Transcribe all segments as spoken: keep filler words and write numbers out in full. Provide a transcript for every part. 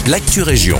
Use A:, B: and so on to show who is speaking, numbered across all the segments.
A: l'actu région.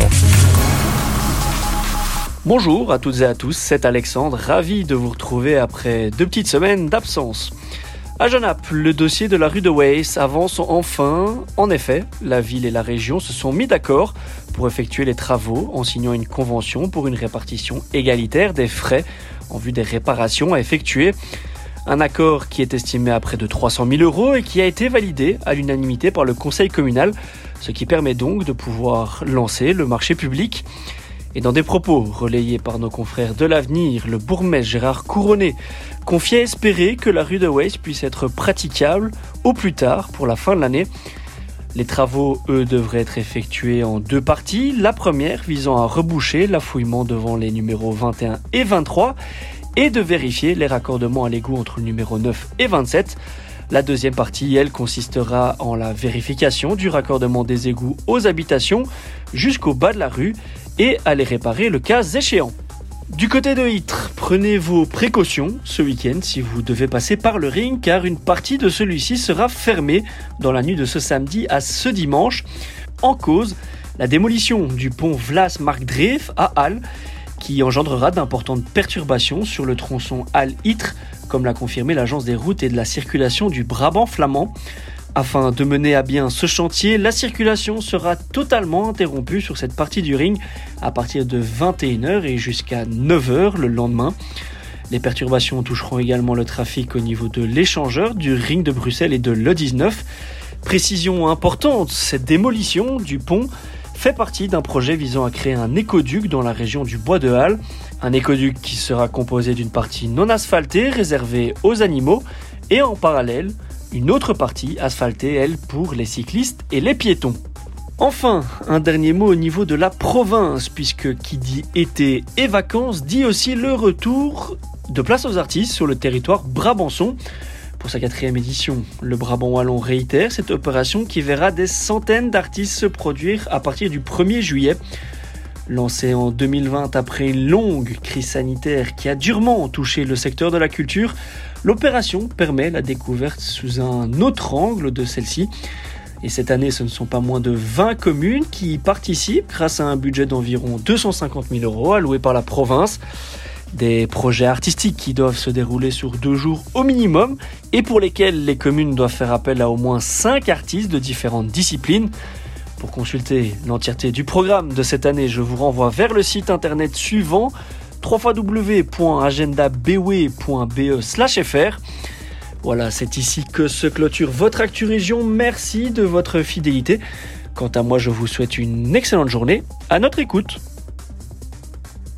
B: Bonjour à toutes et à tous, c'est Alexandre, ravi de vous retrouver après deux petites semaines d'absence. À Genappe, le dossier de la rue de Waes avance enfin. En effet, la ville et la région se sont mis d'accord pour effectuer les travaux en signant une convention pour une répartition égalitaire des frais en vue des réparations à effectuer. Un accord qui est estimé à près de trois cent mille euros et qui a été validé à l'unanimité par le conseil communal, ce qui permet donc de pouvoir lancer le marché public. Et dans des propos relayés par nos confrères de l'Avenir, le bourgmestre Gérard Couronné confiait espérer que la rue de Waes puisse être praticable au plus tard pour la fin de l'année. Les travaux, eux, devraient être effectués en deux parties. La première visant à reboucher l'affouillement devant les numéros vingt et un et vingt-trois et de vérifier les raccordements à l'égout entre le numéro neuf et vingt-sept. La deuxième partie, elle, consistera en la vérification du raccordement des égouts aux habitations jusqu'au bas de la rue et à les réparer le cas échéant. Du côté de Ytre, prenez vos précautions ce week-end si vous devez passer par le ring car une partie de celui-ci sera fermée dans la nuit de ce samedi à ce dimanche. En cause, la démolition du pont Vlas-Marc Dreef à Halle qui engendrera d'importantes perturbations sur le tronçon Halle-Ytre, comme l'a confirmé l'agence des routes et de la circulation du Brabant flamand. Afin de mener à bien ce chantier, la circulation sera totalement interrompue sur cette partie du ring à partir de vingt et une heures et jusqu'à neuf heures le lendemain. Les perturbations toucheront également le trafic au niveau de l'échangeur du ring de Bruxelles et de l'E dix-neuf. Précision importante, cette démolition du pont fait partie d'un projet visant à créer un écoduc dans la région du Bois de Halle. Un écoduc qui sera composé d'une partie non asphaltée réservée aux animaux et en parallèle, une autre partie asphaltée, elle, pour les cyclistes et les piétons. Enfin, un dernier mot au niveau de la province, puisque qui dit été et vacances dit aussi le retour de Place aux artistes sur le territoire brabançon. Pour sa quatrième édition, le Brabant wallon réitère cette opération qui verra des centaines d'artistes se produire à partir du premier juillet. Lancée en deux mille vingt après une longue crise sanitaire qui a durement touché le secteur de la culture, l'opération permet la découverte sous un autre angle de celle-ci. Et cette année, ce ne sont pas moins de vingt communes qui y participent grâce à un budget d'environ deux cent cinquante mille euros alloué par la province. Des projets artistiques qui doivent se dérouler sur deux jours au minimum et pour lesquels les communes doivent faire appel à au moins cinq artistes de différentes disciplines. Pour consulter l'entièreté du programme de cette année, je vous renvoie vers le site internet suivant w w w point agenda b w e point b e slash f r. Voilà, c'est ici que se clôture votre Actu Région. Merci de votre fidélité. Quant à moi, je vous souhaite une excellente journée. À notre écoute.